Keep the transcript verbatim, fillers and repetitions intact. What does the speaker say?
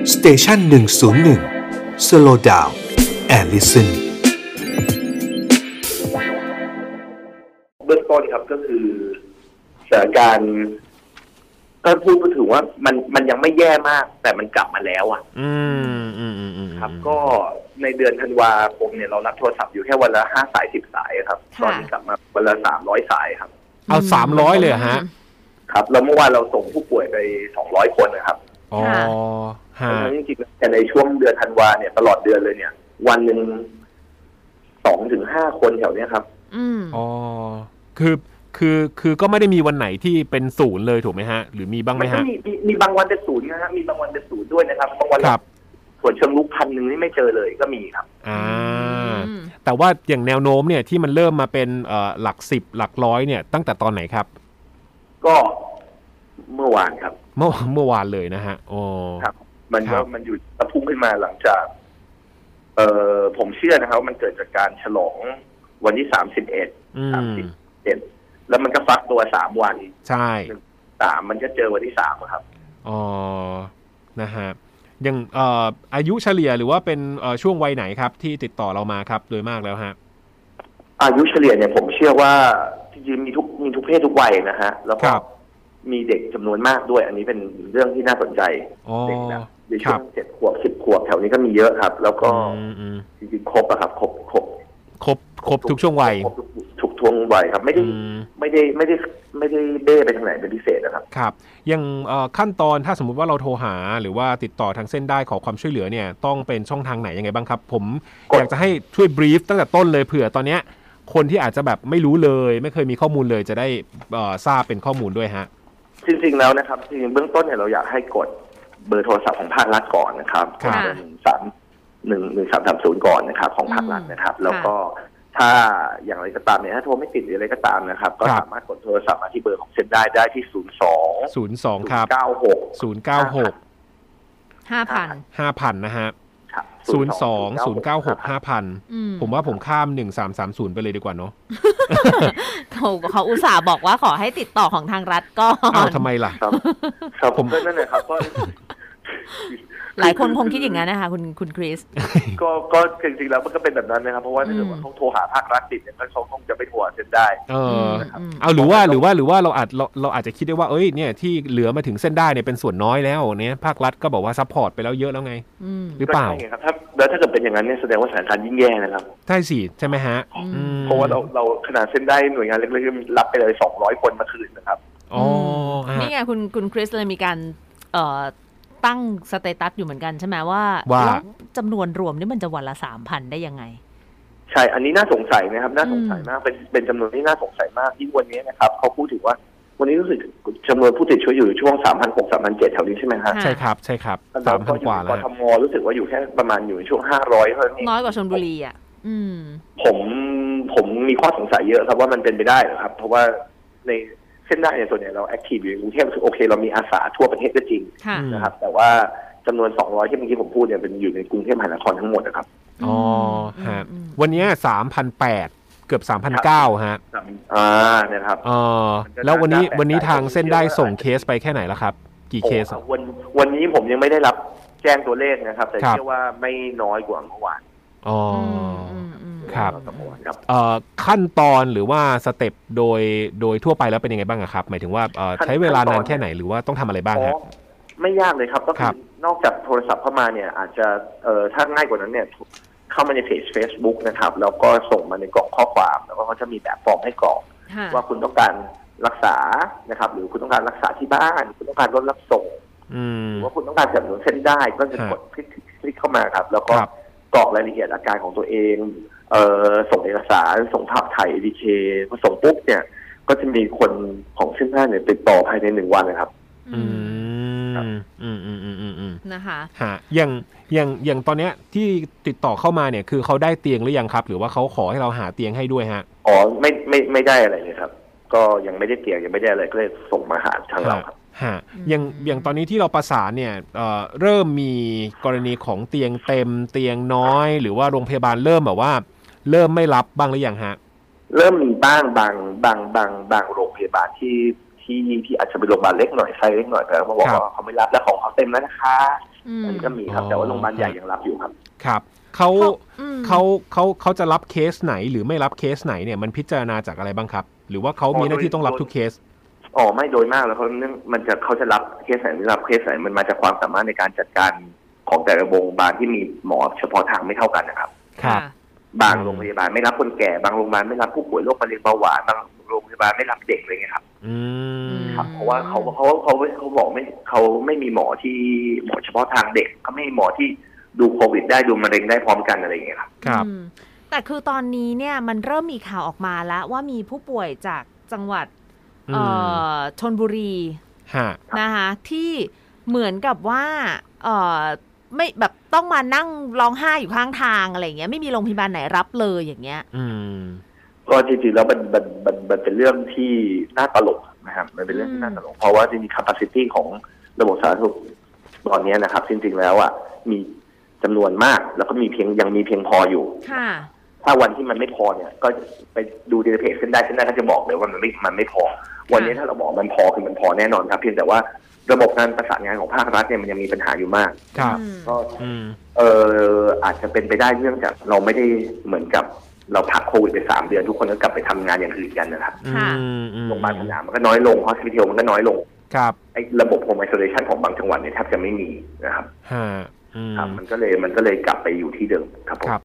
สเตชันหนึ่งศูนย์หนึ่ง Slow Down and Listen เบื้องต้นครับก็คือสถานการณ์ก็พูดก็ถือว่ามันมันยังไม่แย่มากแต่มันกลับมาแล้วอ่ะอืมอืมอืมอืมครับก็ในเดือนธันวาคมเนี่ยเรารับโทรศัพท์อยู่แค่วันละห้าสายสิบสายครับตอนนี้กลับมาวันละสามร้อยสายครับเอาสามร้อยเลยฮะครับแล้วเมื่อวานเราส่งผู้ป่วยไปสองร้อยคนนะครับอ๋อฮะจริงๆแต่ในช่วงเดือนธันวาเนี่ยตลอดเดือนเลยเนี่ยวันหนึ่งสองถึงห้าคนแถวนี้ครับอืมอ๋อคือคือคือก็ไม่ได้มีวันไหนที่เป็นศูนย์เลยถูกไหมฮะหรือมีบ้างไหมฮะมีมีมีบางวันเป็นศูนย์นะฮะมีบางวันเป็นศูนย์ด้วยนะครับบางวันส่วนเชิงลุกพันหนึ่งนี่ไม่เจอเลยก็มีครับอ่าแต่ว่าอย่างแนวโน้มเนี่ยที่มันเริ่มมาเป็นเอ่อหลักสิบหลักร้อยเนี่ยตั้งแต่ตอนไหนครับก็เมื่อวานครับเมื่อเมื่อวานเลยนะฮะโอ้ครับมันก็มันอยู่ตะพุ่งขึ้นมาหลังจากเอ่อผมเชื่อนะครับมันเกิดจากการฉลองวันที่สามสิบเอ็ดสามสิบเอ็ดแล้วมันก็ฟักตัวสามวันใช่สามมันก็เจอวันที่สามครับอ๋อนะฮะยังเอ่ออายุเฉลี่ยหรือว่าเป็นเอ่อช่วงวัยไหนครับที่ติดต่อเรามาครับโดยมากแล้วฮะอายุเฉลี่ยเนี่ยผมเชื่อว่าจริงๆมีทุกมีทุกเพศทุกวัยนะฮะแล้วก็มีเด็กจำนวนมากด้วยอันนี้เป็นเรื่องที่น่าสนใจเด็กนะในช่วงเจ็ดขวบสิบขวบแถวนี้ก็มีเยอะครับแล้วก็จริงๆครบอะครับครบครบครบครบทุกช่วงวัยทุกช่วงวัยครับไม่ได้ไม่ได้ไม่ได้ไม่ได้เบ้ไปทางไหนเป็นพิเศษนะครับครับยังขั้นตอนถ้าสมมุติว่าเราโทรหาหรือว่าติดต่อทางเส้นได้ขอความช่วยเหลือเนี่ยต้องเป็นช่องทางไหนยังไงบ้างครับผมอยากจะให้ช่วยบรีฟตั้งแต่ต้นเลยเผื่อตอนเนี้ยคนที่อาจจะแบบไม่รู้เลยไม่เคยมีข้อมูลเลยจะได้ทราบเป็นข้อมูลด้วยฮะจริงๆแล้วนะครับจริงๆเบื้องต้นเนี่ยเราอยากให้กดเบอร์โทรศัพท์ของภาครัฐก่อนนะครับกดเบอร์หนึ่งสามหนึ่งหนึ่งสามสามศูนย์ก่อนนะครับของภาครัฐนะครับแล้วก็ถ้าอย่างไรก็ตามเนี่ยถ้าโทรไม่ติดหรืออะไรก็ตามนะครับก็สามารถกดโทรศัพท์มาที่เบอร์ของเซ็นได้ได้ที่ศูนย์สองศูนย์สองครับเก้าหกศูนย์เก้าหกห้าพันห้าพันนะฮะศูนย์สองศูนย์เก้าหกห้าพันผมว่าผมข้ามหนึ่งสามสามศูนย์ไปเลยดีกว่าเนาะเขาเขาอุตส่าห์บอกว่าขอให้ติดต่อของทางรัฐก็อ้าวทำไมล่ะครับผมก็นั่นแหละครับก็หลายคนคงคิดอย่างนั้นนะคะคุณคุณคริสก็ก็จริงๆแล้วมันก็เป็นแบบนั้นนะครับเพราะว่าถ้าเกิดว่าเขาโทรหาภาครัฐติดเนี่ยเขาคงจะไม่โทรเซ็นได้เออเอาหรือว่าหรือว่าหรือว่าเราอาจเราเราอาจจะคิดได้ว่าเอ้ยเนี่ยที่เหลือมาถึงเส้นได้เนี่ยเป็นส่วนน้อยแล้วเนี่ยภาครัฐก็บอกว่าซัพพอร์ตไปแล้วเยอะแล้วไงหรือเปล่าครับถ้าแล้วถ้าเกิดเป็นอย่างนั้นเนี่ยแสดงว่าสถานการณ์ยิ่งแย่นะครับใช่สิใช่ไหมฮะเพราะว่าเราเราขนาดเส้นได้หน่วยงานเล็กๆรับไปเลยสองร้อยคนมาคืนนะครับอ๋อนี่ไงคุณคุณคริสเลยมีการเอ่อตั้งสเตตัสอยู่เหมือนกันใช่ไหมว่าจำนวนรวมนี่มันจะวันละ สามพัน ได้ยังไงใช่อันนี้น่าสงสัยนะครับน่าสงสัยมากเป็นเป็นจำนวนที่น่าสงสัยมากที่วันนี้นะครับเขาพูดถึงว่าวันนี้รู้สึกจำนวนผู้ติดเชื้ออยู่ช่วง สามพันหกร้อย สามพันเจ็ดร้อย แถวนี้ใช่ไหมครับใช่ครับใช่ครับ สามพัน กว่าแล้วกทมรู้สึกว่าอยู่แค่ประมาณอยู่ในช่วงห้าร้อยเท่านั้นเองน้อยกว่าชลบุรีอ่ะอืมผมผมมีข้อสงสัยเยอะครับว่ามันเป็นไปได้หรือครับเพราะว่าในเส้นได้เนี่ยส่วนใหญ่เราแอคทีฟอยู่ในกรุงเทพโอเคเรามีอาสาทั่วประเทศก็จริงนะครับแต่ว่าจำนวนสองร้อยที่เมื่อกี้ผมพูดเนี่ยเป็นอยู่ในกรุงเทพมหานครทั้งหมดนะครับอ๋อฮะวันนี้ สามพันแปดร้อย เกือบ สามพันเก้าร้อย ฮะอ่าเนี่ยครับอ๋อแล้ววันนี้วันนี้ทางเส้นได้ส่งเคสไปแค่ไหนแล้วครับกี่เคสวันวันนี้ผมยังไม่ได้รับแจ้งตัวเลขนะครับแต่เชื่อว่าไม่น้อยกว่าเมื่อวานอ๋อครับเอ่อขั้นตอนหรือว่าสเต็ปโดยโดยทั่วไปแล้วเป็นยังไงบ้างครับหมายถึงว่าเอ่อใช้เวลานานแค่ไหนหรือว่าต้องทำอะไรบ้างฮะไม่ยากเลยครับก็คือนอกจากโทรศัพท์เข้ามาเนี่ยอาจจะเอ่อถ้าง่ายกว่านั้นเนี่ยเข้ามาในเพจ Facebook นะครับแล้วก็ส่งมาในกล่องข้อความแล้วก็เขาจะมีแบบฟอร์มให้กรอกว่าคุณต้องการรักษานะครับหรือคุณต้องการรักษาที่บ้านคุณต้องการรถรับส่งหรือว่าคุณต้องการจับหนุนเส้นได้ก็จะกดคลิกคลิกเข้ามาครับแล้วก็กรอกรายละเอียดอาการของตัวเองเอ่อส่งเอกสารส่งภาพถ่าย เอ ดี เค พอส่งปุ๊บเนี่ยก็จะมีคนของเส้นได้เนี่ยติดต่อภายในหนึ่งวันนะครับอืมอืมอืมอืมอืมอืมนะคะฮะอย่างอย่างอย่างตอนเนี้ยที่ติดต่อเข้ามาเนี่ยคือเขาได้เตียงหรือยังครับหรือว่าเขาขอให้เราหาเตียงให้ด้วยฮะอ๋อไม่ไม่ไม่ได้อะไรเลยครับก็ยังไม่ได้เตียงยังไม่ได้อะไรก็เลยส่งมาหาทางเราครับฮะอย่างอย่างตอนนี้ที่เราประสานเนี่ยเอ่อเริ่มมีกรณีของเตียงเต็มเตียงน้อยหรือว่าโรงพยาบาลเริ่มแบบว่าเริ่มไม่รับบ้างหรือยังฮะเริ่มมีบ้างบางบางบางบางโรงพยาบาลที่ทที่ที่อาจจะเป็นโรงพยาบาลเล็กหน่อยไซส์เล็กหน่อยแต่เขาบอกว่าเขาไม่รับแล้วของเขาเต็มแล้วนะคะอันนี้ก็มีครับแต่ว่าโรงพยาบาลใหญ่ยังรับอยู่ครับครับเขาเขาเขาเขาจะรับเคสไหนหรือไม่รับเคสไหนเนี่ยมันพิจารณาจากอะไรบ้างครับหรือว่าเขามีหน้าที่ต้องรับทุกเคสอ๋อไม่โดยมากแล้วเขาเนื่องมันจะเขาจะรับเคสไหนไม่รับเคสไหนมันมาจากความสามารถในการจัดการของแต่ละโรงพยาบาลที่มีหมอเฉพาะทางไม่เท่ากันนะครับครับบางโรงพยาบาลไม่รับคนแก่บางโรงพยาบาลไม่รับผู้ป่วยโรคมะเร็งเบาหวานบางโรงพยาบาลไม่รับเด็กอะไรเงี้ยครับอืมครับเพราะว่าเขาเขาเขาเขาบอกไม่เขาไม่มีหมอที่หมอเฉพาะทางเด็กเขาไม่มีหมอที่ดูโควิดได้ดูมะเร็งได้พร้อมกันอะไรอย่างเงี้ยครับครับแต่คือตอนนี้เนี่ยมันเริ่มมีข่าวออกมาแล้วว่ามีผู้ป่วยจากจังหวัดชลบุรีนะคะที่เหมือนกับว่าไม่แบบต้องมานั่งร้องไห้อยู่ข้างทางอะไรอย่างเงี้ยไม่มีโรงพยาบาลไหนรับเลยอย่างเงี้ยก็จริงๆแล้วมันมันมันมันเป็นเรื่องที่น่าตลกนะครับมันเป็นเรื่องที่น่าตลกเพราะว่าจริงๆ capacity ของระบบสาธารณสุขตอนนี้นะครับจริงๆแล้วอ่ะมีจำนวนมากแล้วก็มีเพียงยังมีเพียงพออยู่ถ้าวันที่มันไม่พอเนี่ยก็ไปดูดีเพจเส้นได้เส้นได้ก็จะบอกเลยว่ามันไม่มันไม่พอวันนี้ถ้าเราบอกมันพอคือมันพอแน่นอนครับเพียงแต่ว่าระบบการประสานงานของภาครัฐเนี่ยมันยังมีปัญหาอยู่มากก็เอออาจจะเป็นไปได้เนื่องจากเราไม่ได้เหมือนกับเราพักโควิดไปสามเดือนทุกคนก็กลับไปทำงานอย่างอื่นกันนะครับโรงพยาบาลสนามมันก็น้อยลงฮอสพิทอลมันก็น้อยลงไอ้ระบบโฮมไอโซเลชันของบางจังหวัดเนี่ยแทบจะไม่มีนะครับครับมันก็เลยมันก็เลยกลับไปอยู่ที่เดิมครับผม